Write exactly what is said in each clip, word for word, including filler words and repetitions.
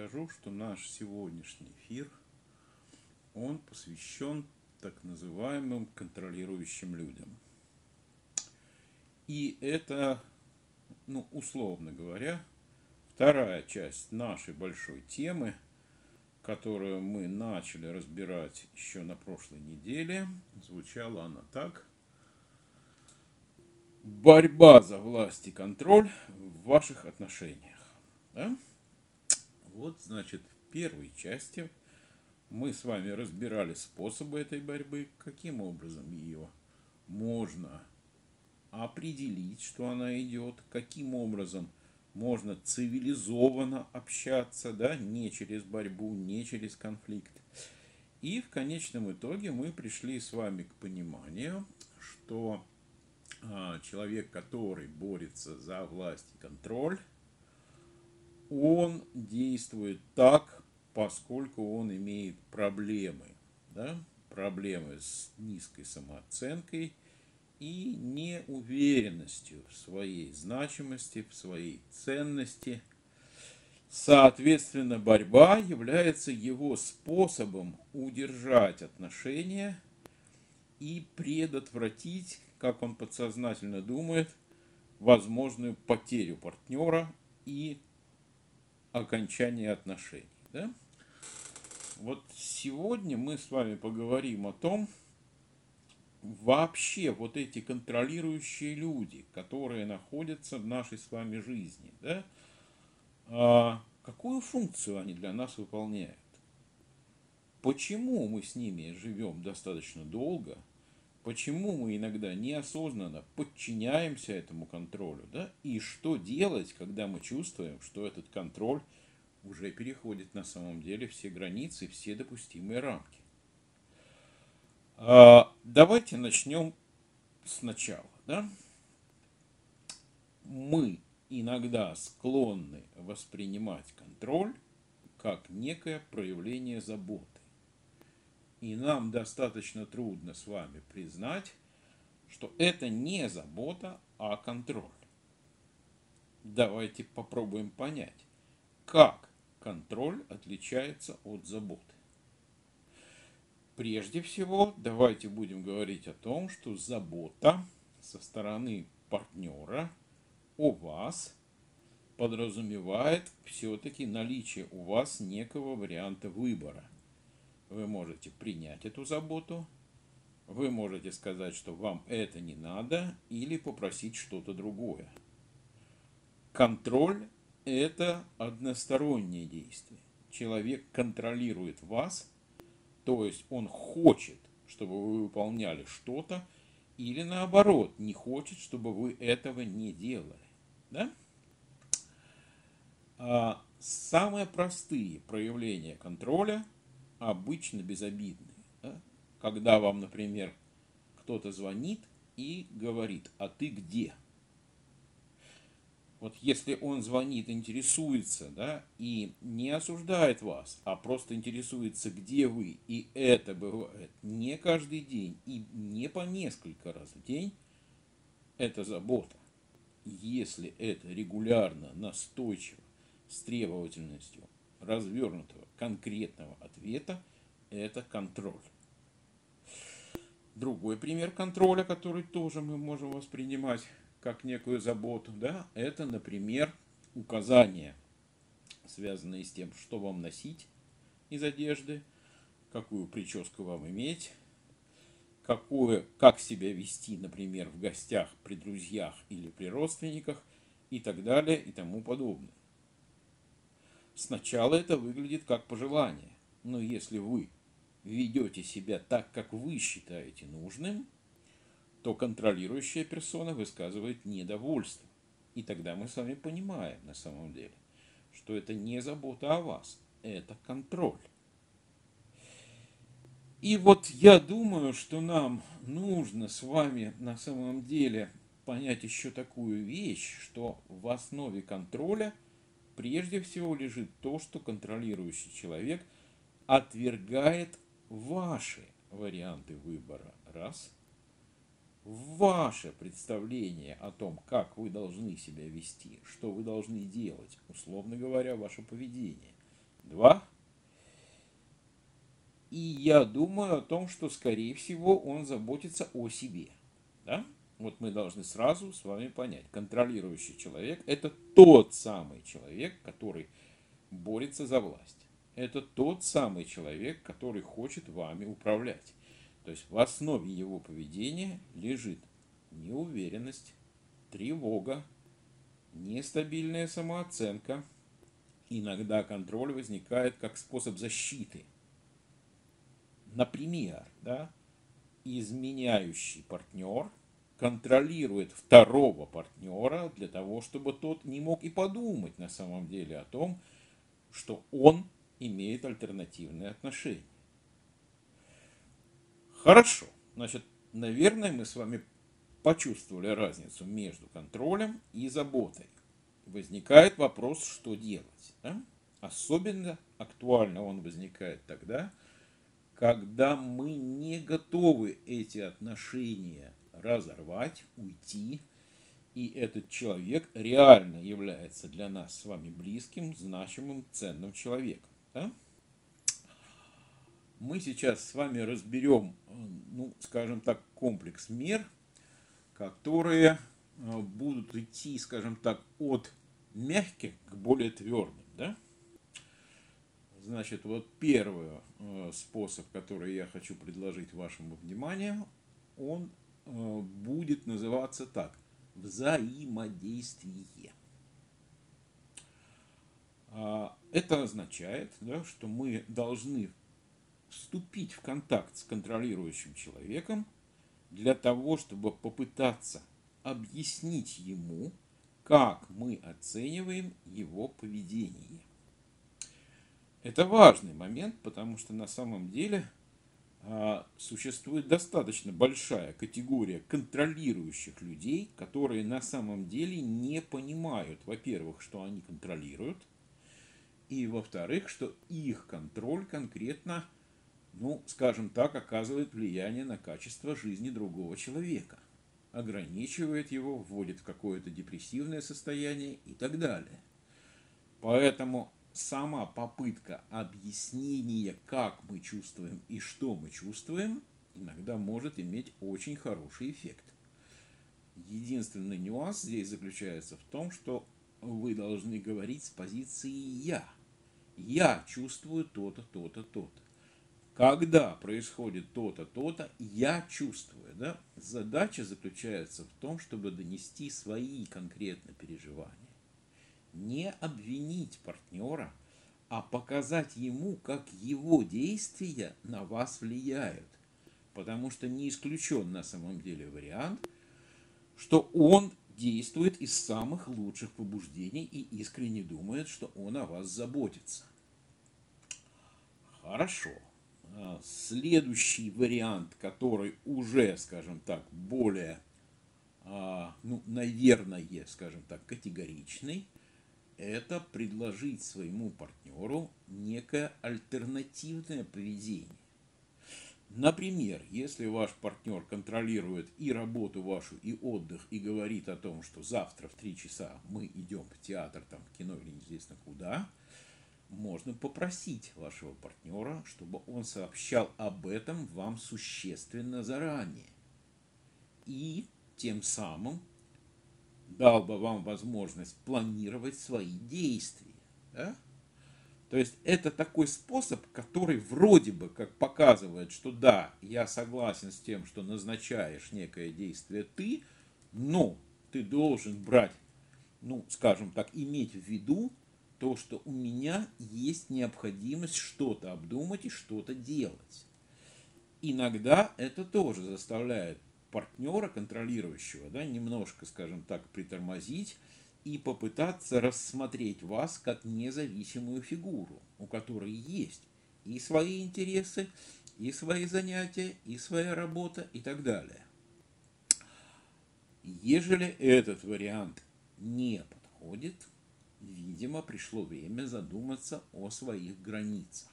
скажу, что наш сегодняшний эфир, он посвящен так называемым контролирующим людям. И это, ну, условно говоря, вторая часть нашей большой темы, которую мы начали разбирать еще на прошлой неделе. Звучала она так: борьба за власть и контроль в ваших отношениях. Да? Вот, значит, в первой части мы с вами разбирали способы этой борьбы, каким образом ее можно определить, что она идет, каким образом можно цивилизованно общаться, да, не через борьбу, не через конфликт. И в конечном итоге мы пришли с вами к пониманию, что а, человек, который борется за власть и контроль, он действует так, поскольку он имеет проблемы, да, проблемы с низкой самооценкой и неуверенностью в своей значимости, в своей ценности. Соответственно, борьба является его способом удержать отношения и предотвратить, как он подсознательно думает, возможную потерю партнера и окончание отношений. Да? Вот сегодня мы с вами поговорим о том, вообще вот эти контролирующие люди, которые находятся в нашей с вами жизни, да, а какую функцию они для нас выполняют? Почему мы с ними живем достаточно долго? Почему мы иногда неосознанно подчиняемся этому контролю? Да? И что делать, когда мы чувствуем, что этот контроль уже переходит на самом деле все границы, все допустимые рамки? А, давайте начнем сначала. Да? Мы иногда склонны воспринимать контроль как некое проявление заботы. И нам достаточно трудно с вами признать, что это не забота, а контроль. Давайте попробуем понять, как контроль отличается от заботы. Прежде всего, давайте будем говорить о том, что забота со стороны партнера о вас подразумевает все-таки наличие у вас некого варианта выбора. Вы можете принять эту заботу, вы можете сказать, что вам это не надо, или попросить что-то другое. Контроль – это одностороннее действие. Человек контролирует вас, то есть он хочет, чтобы вы выполняли что-то, или наоборот, не хочет, чтобы вы этого не делали. Да? А самые простые проявления контроля обычно безобидные. Да? Когда вам, например, кто-то звонит и говорит: а ты где? Вот если он звонит, интересуется, да, и не осуждает вас, а просто интересуется, где вы, и это бывает не каждый день и не по несколько раз в день, это забота. Если это регулярно, настойчиво, с требовательностью развернутого конкретного ответа, это контроль. Другой пример контроля, который тоже мы можем воспринимать как некую заботу, да, это, например, указания, связанные с тем, что вам носить из одежды, какую прическу вам иметь, какую, как себя вести, например, в гостях, при друзьях или при родственниках и так далее и тому подобное. Сначала это выглядит как пожелание, но если вы ведете себя так, как вы считаете нужным, то контролирующая персона высказывает недовольство. И тогда мы с вами понимаем на самом деле, что это не забота о вас, это контроль. И вот я думаю, что нам нужно с вами на самом деле понять еще такую вещь, что в основе контроля прежде всего лежит то, что контролирующий человек отвергает ваши варианты выбора. Раз. Ваше представление о том, как вы должны себя вести, что вы должны делать, условно говоря, ваше поведение. два. И я думаю о том, что, скорее всего, он заботится о себе. Да? Вот мы должны сразу с вами понять. Контролирующий человек – это тот самый человек, который борется за власть. Это тот самый человек, который хочет вами управлять. То есть в основе его поведения лежит неуверенность, тревога, нестабильная самооценка. Иногда контроль возникает как способ защиты. Например, да, изменяющий партнер контролирует второго партнера для того, чтобы тот не мог и подумать на самом деле о том, что он имеет альтернативные отношения. Хорошо. Значит, наверное, мы с вами почувствовали разницу между контролем и заботой. Возникает вопрос, что делать. Да? Особенно актуально он возникает тогда, когда мы не готовы эти отношения разорвать, уйти, и этот человек реально является для нас с вами близким, значимым, ценным человеком. Да? Мы сейчас с вами разберем, ну, скажем так, комплекс мер, которые будут идти, скажем так, от мягких к более твердым. Да? Значит, вот первый способ, который я хочу предложить вашему вниманию, он будет называться так: взаимодействие. Это означает, да, что мы должны вступить в контакт с контролирующим человеком для того, чтобы попытаться объяснить ему, как мы оцениваем его поведение. Это важный момент, потому что на самом деле а, существует достаточно большая категория контролирующих людей, которые на самом деле не понимают, во-первых, что они контролируют, и во-вторых, что их контроль конкретно, ну, скажем так, оказывает влияние на качество жизни другого человека, ограничивает его, вводит в какое-то депрессивное состояние и так далее. Поэтому сама попытка объяснения, как мы чувствуем и что мы чувствуем, иногда может иметь очень хороший эффект. Единственный нюанс здесь заключается в том, что вы должны говорить с позиции «я». Я чувствую то-то, то-то, то-то. Когда происходит то-то, то-то, я чувствую. Да? Задача заключается в том, чтобы донести свои конкретные переживания. Не обвинить партнера, а показать ему, как его действия на вас влияют. Потому что не исключен на самом деле вариант, что он действует из самых лучших побуждений и искренне думает, что он о вас заботится. Хорошо. Следующий вариант, который уже, скажем так, более, ну, наверное, скажем так, категоричный, это предложить своему партнеру некое альтернативное поведение. Например, если ваш партнер контролирует и работу вашу, и отдых, и говорит о том, что завтра в три часа мы идем в театр, там, в кино или неизвестно куда, можно попросить вашего партнера, чтобы он сообщал об этом вам существенно заранее. И тем самым дал бы вам возможность планировать свои действия. Да? То есть это такой способ, который вроде бы как показывает, что да, я согласен с тем, что назначаешь некое действие ты, но ты должен брать, ну, скажем так, иметь в виду то, что у меня есть необходимость что-то обдумать и что-то делать. Иногда это тоже заставляет партнера, контролирующего, да, немножко, скажем так, притормозить и попытаться рассмотреть вас как независимую фигуру, у которой есть и свои интересы, и свои занятия, и своя работа, и так далее. Ежели этот вариант не подходит, видимо, пришло время задуматься о своих границах.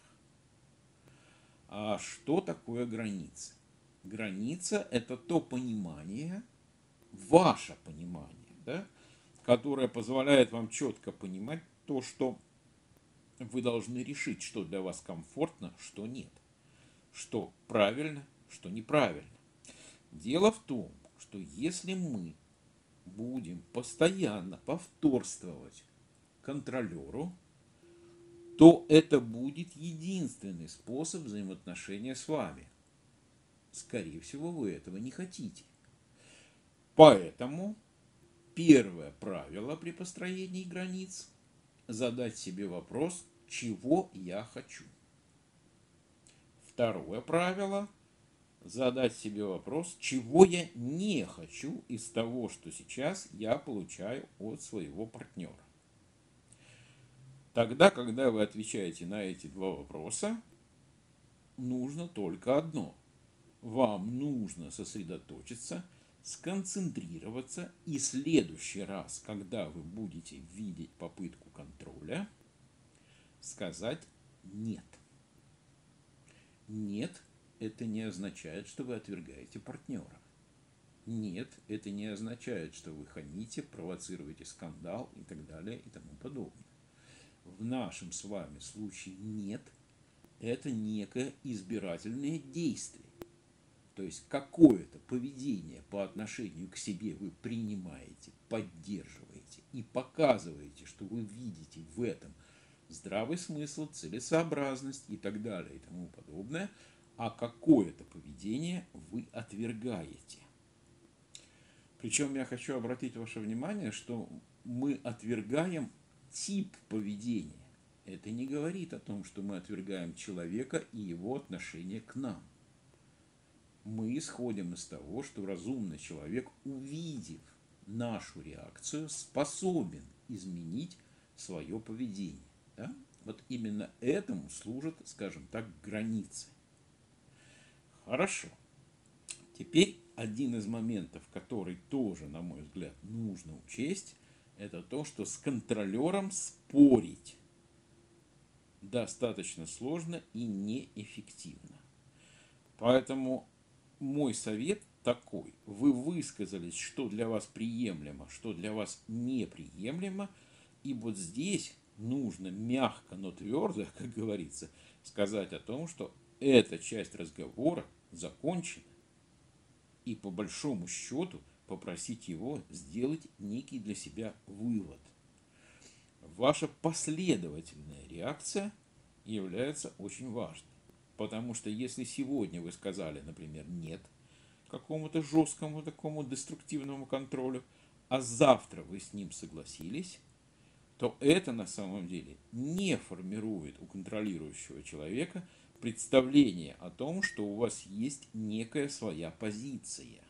А что такое границы? Граница – это то понимание, ваше понимание, да, которое позволяет вам четко понимать то, что вы должны решить, что для вас комфортно, что нет, что правильно, что неправильно. Дело в том, что если мы будем постоянно повторствовать контролеру, то это будет единственный способ взаимоотношения с вами. Скорее всего, вы этого не хотите. Поэтому первое правило при построении границ – задать себе вопрос, чего я хочу. Второе правило – задать себе вопрос, чего я не хочу из того, что сейчас я получаю от своего партнера. Тогда, когда вы отвечаете на эти два вопроса, нужно только одно. Вам нужно сосредоточиться, сконцентрироваться, и в следующий раз, когда вы будете видеть попытку контроля, сказать «нет». «Нет» – это не означает, что вы отвергаете партнера. «Нет» – это не означает, что вы хамите, провоцируете скандал и так далее и тому подобное. В нашем с вами случае «нет» – это некое избирательное действие. То есть какое-то поведение по отношению к себе вы принимаете, поддерживаете и показываете, что вы видите в этом здравый смысл, целесообразность и так далее и тому подобное, а какое-то поведение вы отвергаете. Причем я хочу обратить ваше внимание, что мы отвергаем тип поведения. Это не говорит о том, что мы отвергаем человека и его отношение к нам. Мы исходим из того, что разумный человек, увидев нашу реакцию, способен изменить свое поведение. Да? Вот именно этому служат, скажем так, границы. Хорошо. Теперь один из моментов, который тоже, на мой взгляд, нужно учесть, это то, что с контролером спорить достаточно сложно и неэффективно. Поэтому мой совет такой. Вы высказались, что для вас приемлемо, что для вас неприемлемо. И вот здесь нужно мягко, но твердо, как говорится, сказать о том, что эта часть разговора закончена. И по большому счету попросить его сделать некий для себя вывод. Ваша последовательная реакция является очень важной. Потому что если сегодня вы сказали, например, нет какому-то жесткому такому деструктивному контролю, а завтра вы с ним согласились, то это на самом деле не формирует у контролирующего человека представление о том, что у вас есть некая своя позиция.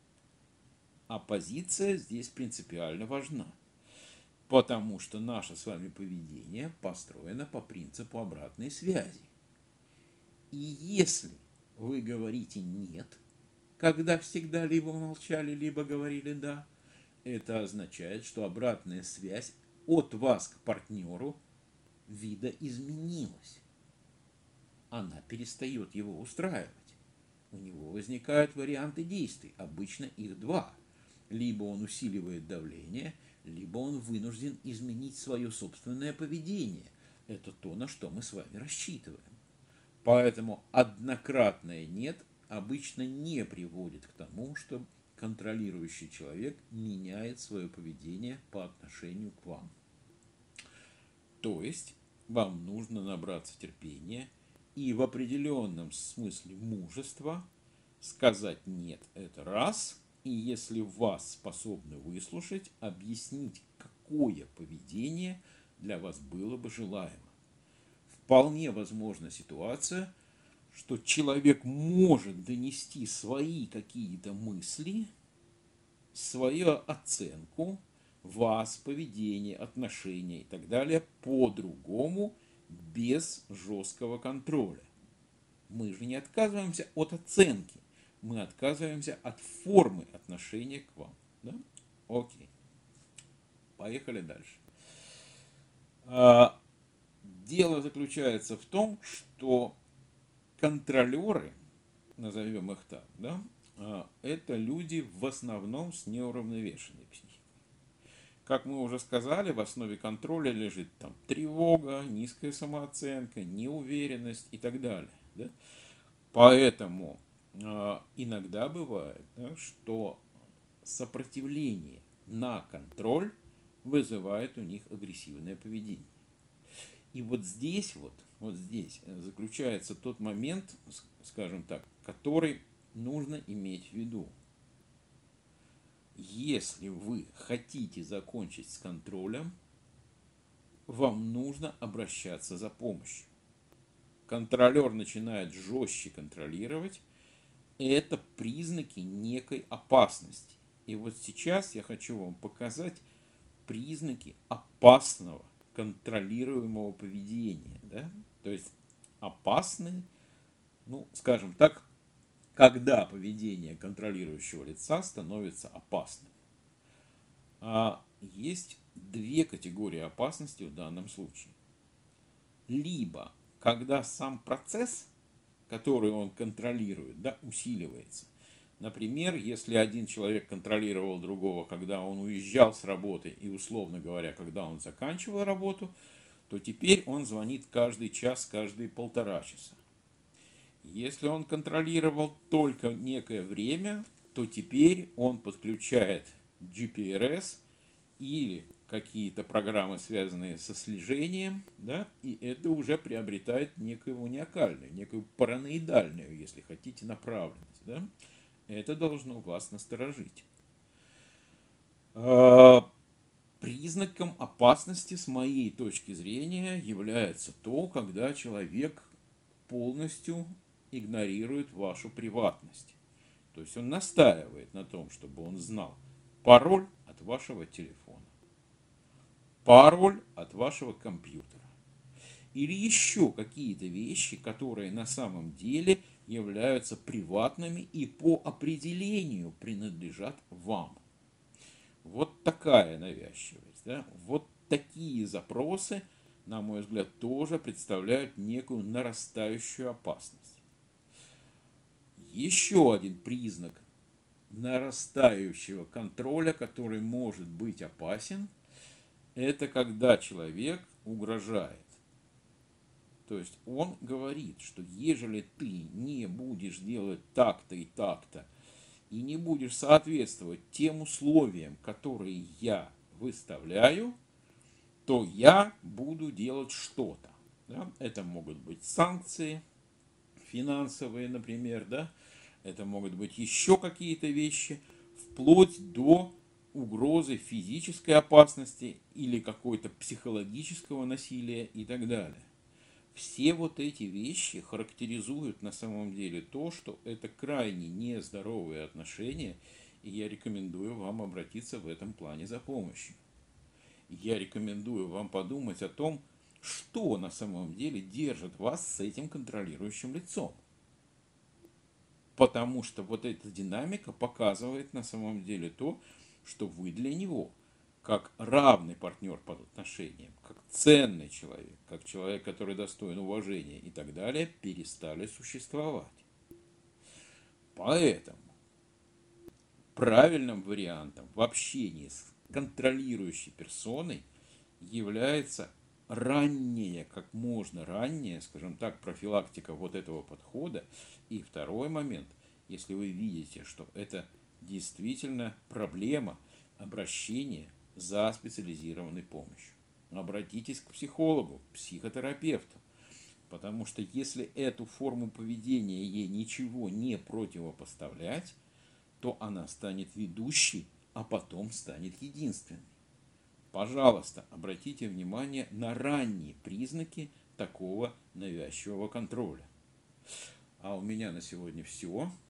А позиция здесь принципиально важна. Потому что наше с вами поведение построено по принципу обратной связи. И если вы говорите «нет», когда всегда либо молчали, либо говорили «да», это означает, что обратная связь от вас к партнеру видоизменилась. Она перестает его устраивать. У него возникают варианты действий, обычно их два. Либо он усиливает давление, либо он вынужден изменить свое собственное поведение. Это то, на что мы с вами рассчитываем. Поэтому однократное «нет» обычно не приводит к тому, что контролирующий человек меняет свое поведение по отношению к вам. То есть вам нужно набраться терпения и в определенном смысле мужества сказать «нет» – это раз, и если вас способны выслушать, объяснить, какое поведение для вас было бы желаемо. Вполне возможна ситуация, что человек может донести свои какие-то мысли, свою оценку вас, поведение, отношения и так далее по-другому, без жесткого контроля. Мы же не отказываемся от оценки, мы отказываемся от формы отношения к вам. Да? Окей. Поехали дальше. Дело заключается в том, что контролеры, назовем их так, да, это люди в основном с неуравновешенной психикой. Как мы уже сказали, в основе контроля лежит там тревога, низкая самооценка, неуверенность и так далее. Да? Поэтому э, иногда бывает, да, что сопротивление на контроль вызывает у них агрессивное поведение. И вот здесь вот, вот здесь заключается тот момент, скажем так, который нужно иметь в виду. Если вы хотите закончить с контролем, вам нужно обращаться за помощью. Контролер начинает жестче контролировать, и это признаки некой опасности. И вот сейчас я хочу вам показать признаки опасного контролируемого поведения. Да? То есть опасные, ну, скажем так, когда поведение контролирующего лица становится опасным. А есть две категории опасности в данном случае. Либо когда сам процесс, который он контролирует, да, усиливается. Например, если один человек контролировал другого, когда он уезжал с работы, и, условно говоря, когда он заканчивал работу, то теперь он звонит каждый час, каждые полтора часа. Если он контролировал только некое время, то теперь он подключает джи пи ар эс или какие-то программы, связанные со слежением, да, и это уже приобретает некую маниакальную, некую параноидальную, если хотите, направленность. Да. Это должно вас насторожить. Признаком опасности, с моей точки зрения, является то, когда человек полностью игнорирует вашу приватность. То есть он настаивает на том, чтобы он знал пароль от вашего телефона, пароль от вашего компьютера или еще какие-то вещи, которые на самом деле являются приватными и по определению принадлежат вам. Вот такая навязчивость. Да? Вот такие запросы, на мой взгляд, тоже представляют некую нарастающую опасность. Еще один признак нарастающего контроля, который может быть опасен, это когда человек угрожает. То есть он говорит, что ежели ты не будешь делать так-то и так-то, и не будешь соответствовать тем условиям, которые я выставляю, то я буду делать что-то. Да? Это могут быть санкции финансовые, например, да? Это могут быть еще какие-то вещи, вплоть до угрозы физической опасности или какой-то психологического насилия и так далее. Все вот эти вещи характеризуют на самом деле то, что это крайне нездоровые отношения, и я рекомендую вам обратиться в этом плане за помощью. Я рекомендую вам подумать о том, что на самом деле держит вас с этим контролирующим лицом. Потому что вот эта динамика показывает на самом деле то, что вы для него, как равный партнер по отношениям, как ценный человек, как человек, который достоин уважения и так далее, перестали существовать. Поэтому правильным вариантом в общении с контролирующей персоной является раннее, как можно раннее, скажем так, профилактика вот этого подхода. И второй момент, если вы видите, что это действительно проблема, обращение за специализированной помощью. Обратитесь к психологу, к психотерапевту, потому что если эту форму поведения ей ничего не противопоставлять, то она станет ведущей, а потом станет единственной. Пожалуйста, обратите внимание на ранние признаки такого навязчивого контроля. А у меня на сегодня все.